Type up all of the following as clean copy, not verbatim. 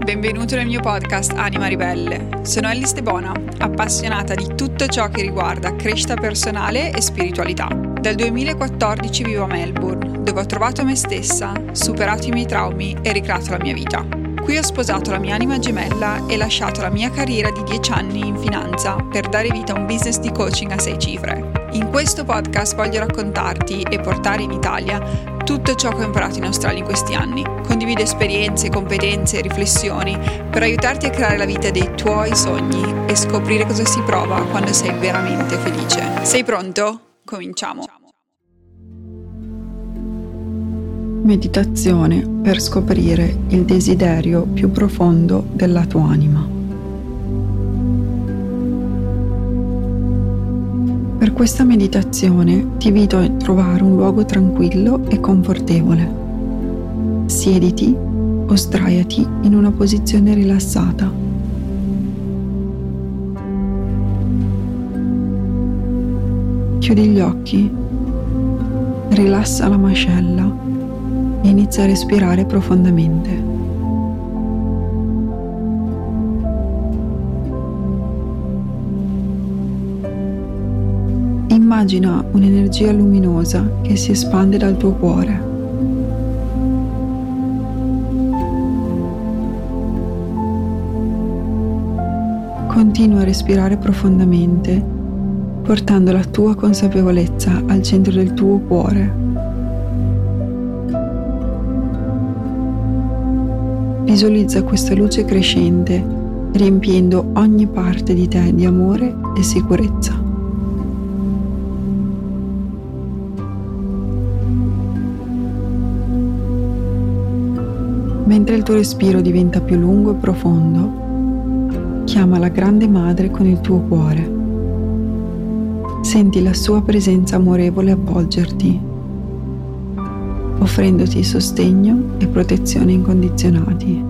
benvenuto nel mio podcast Anima Ribelle. Sono Ellie Stebona, appassionata di tutto ciò che riguarda crescita personale e spiritualità. Dal 2014 vivo a Melbourne, dove ho trovato me stessa, superato i miei traumi e ricreato la mia vita. Qui ho sposato la mia anima gemella e lasciato la mia carriera di 10 anni in finanza per dare vita a un business di coaching a 6 cifre. In questo podcast voglio raccontarti e portare in Italia tutto ciò che ho imparato in Australia in questi anni. Condivido esperienze, competenze e riflessioni per aiutarti a creare la vita dei tuoi sogni e scoprire cosa si prova quando sei veramente felice. Sei pronto? Cominciamo! Meditazione per scoprire il desiderio più profondo della tua anima. Per questa meditazione ti invito a trovare un luogo tranquillo e confortevole. Siediti o sdraiati in una posizione rilassata. Chiudi gli occhi, rilassa la mascella e inizia a respirare profondamente. Immagina un'energia luminosa che si espande dal tuo cuore. Continua a respirare profondamente, portando la tua consapevolezza al centro del tuo cuore. Visualizza questa luce crescente, riempiendo ogni parte di te di amore e sicurezza. Mentre il tuo respiro diventa più lungo e profondo, chiama la Grande Madre con il tuo cuore. Senti la sua presenza amorevole avvolgerti, offrendoti sostegno e protezione incondizionati.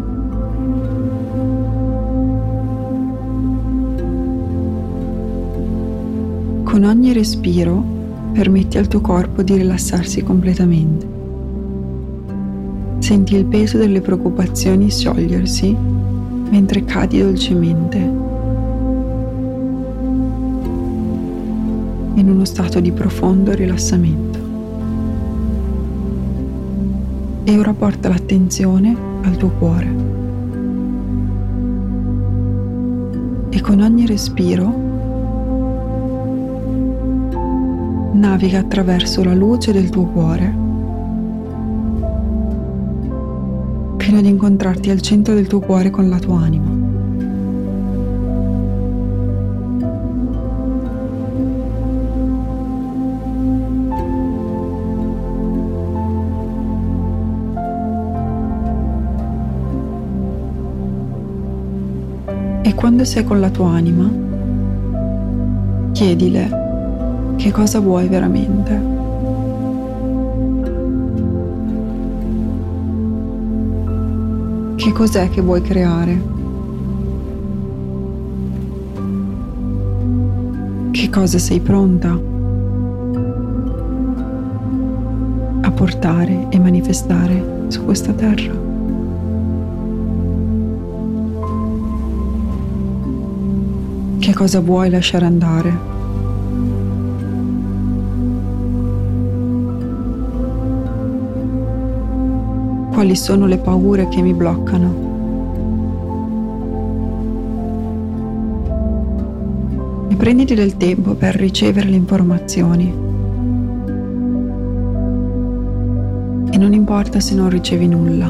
Con ogni respiro permetti al tuo corpo di rilassarsi completamente. Senti il peso delle preoccupazioni sciogliersi mentre cadi dolcemente in uno stato di profondo rilassamento. E ora porta l'attenzione al tuo cuore. E con ogni respiro naviga attraverso la luce del tuo cuore fino ad incontrarti al centro del tuo cuore con la tua anima. E quando sei con la tua anima, chiedile che cosa vuoi veramente. Che cos'è che vuoi creare? Che cosa sei pronta a portare e manifestare su questa terra? Che cosa vuoi lasciare andare? Quali sono le paure che mi bloccano? E prenditi del tempo per ricevere le informazioni. E non importa se non ricevi nulla.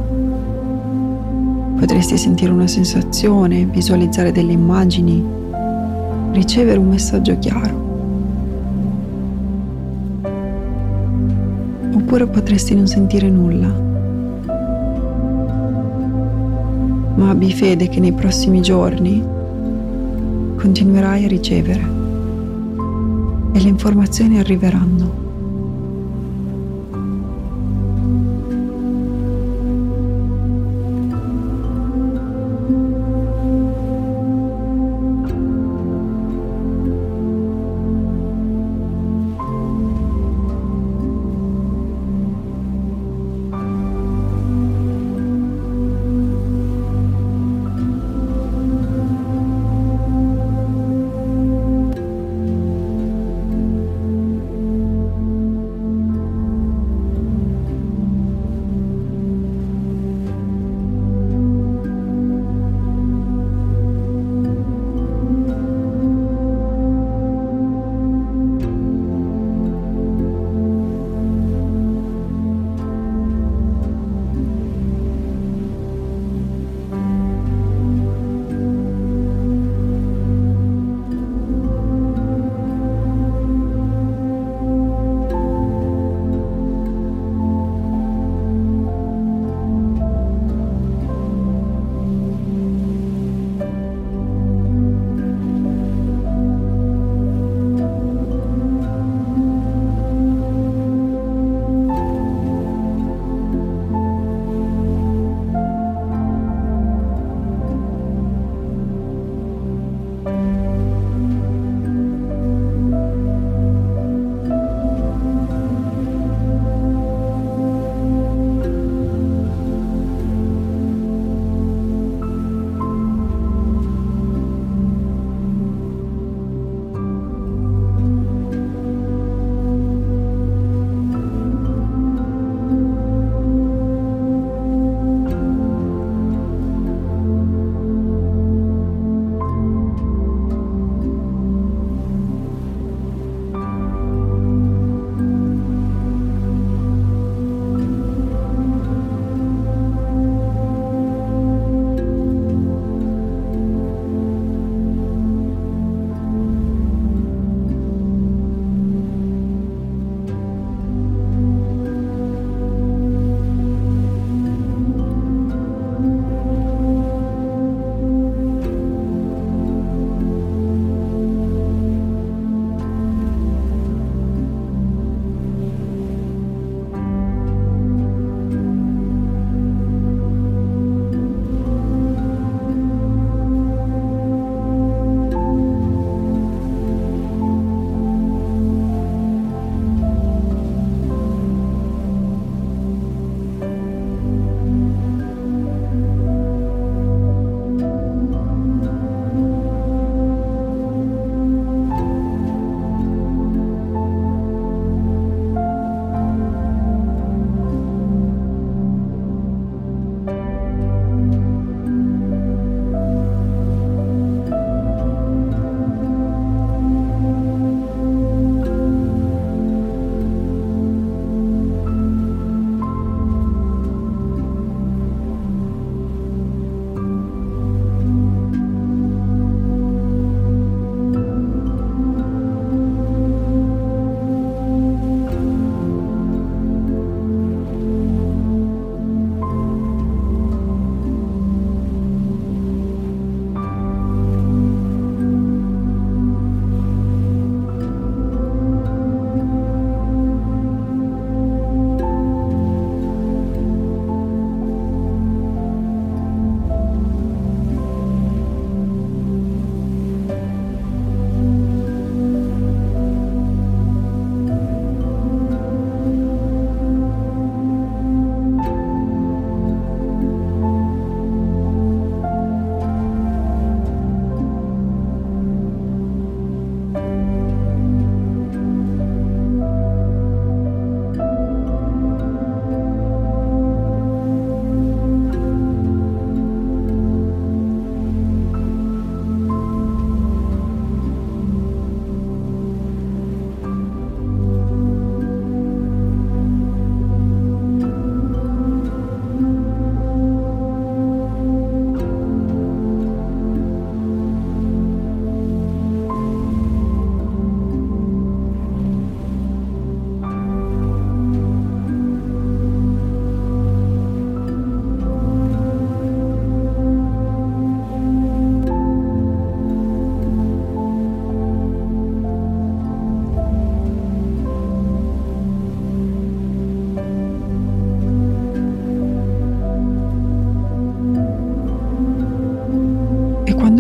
Potresti sentire una sensazione, visualizzare delle immagini, ricevere un messaggio chiaro. Oppure potresti non sentire nulla. Ma abbi fede che nei prossimi giorni continuerai a ricevere e le informazioni arriveranno.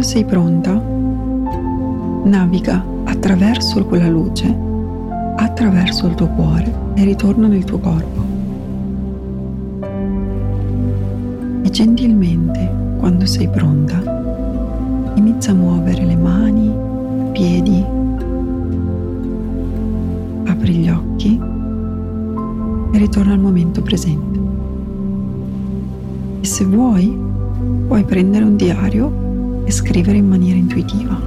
sei pronta, naviga attraverso quella luce, attraverso il tuo cuore e ritorna nel tuo corpo. E gentilmente, quando sei pronta, inizia a muovere le mani, i piedi, apri gli occhi e ritorna al momento presente. E se vuoi, puoi prendere un diario e scrivere in maniera intuitiva.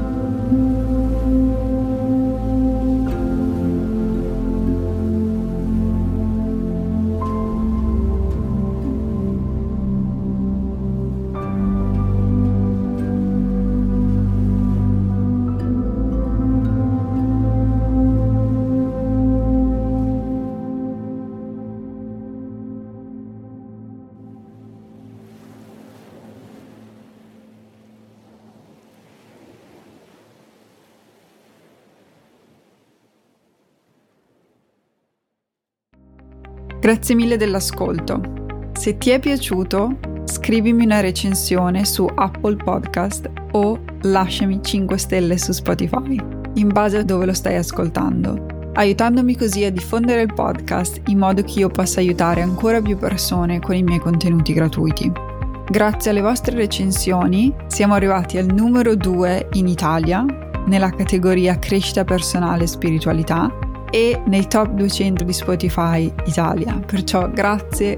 Grazie mille dell'ascolto. Se ti è piaciuto, scrivimi una recensione su Apple Podcast o lasciami 5 stelle su Spotify, in base a dove lo stai ascoltando, aiutandomi così a diffondere il podcast in modo che io possa aiutare ancora più persone con i miei contenuti gratuiti. Grazie alle vostre recensioni siamo arrivati al numero 2 in Italia nella categoria crescita personale e spiritualità e nei top 200 di Spotify Italia, perciò grazie.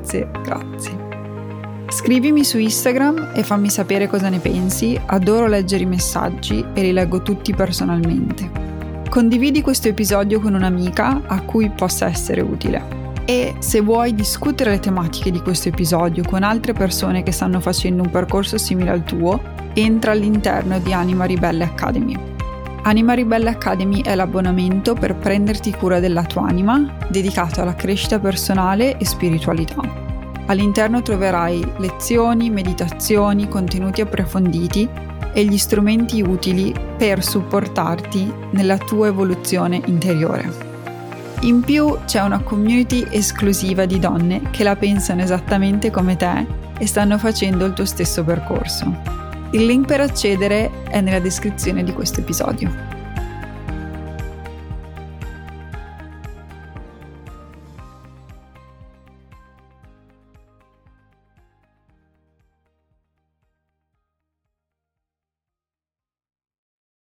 Scrivimi su Instagram e fammi sapere cosa ne pensi, adoro leggere i messaggi e li leggo tutti personalmente. Condividi questo episodio con un'amica a cui possa essere utile. E se vuoi discutere le tematiche di questo episodio con altre persone che stanno facendo un percorso simile al tuo, entra all'interno di Anima Ribelle Academy. Anima Ribelle Academy è l'abbonamento per prenderti cura della tua anima, dedicato alla crescita personale e spiritualità. All'interno troverai lezioni, meditazioni, contenuti approfonditi e gli strumenti utili per supportarti nella tua evoluzione interiore. In più c'è una community esclusiva di donne che la pensano esattamente come te e stanno facendo il tuo stesso percorso. Il link per accedere è nella descrizione di questo episodio.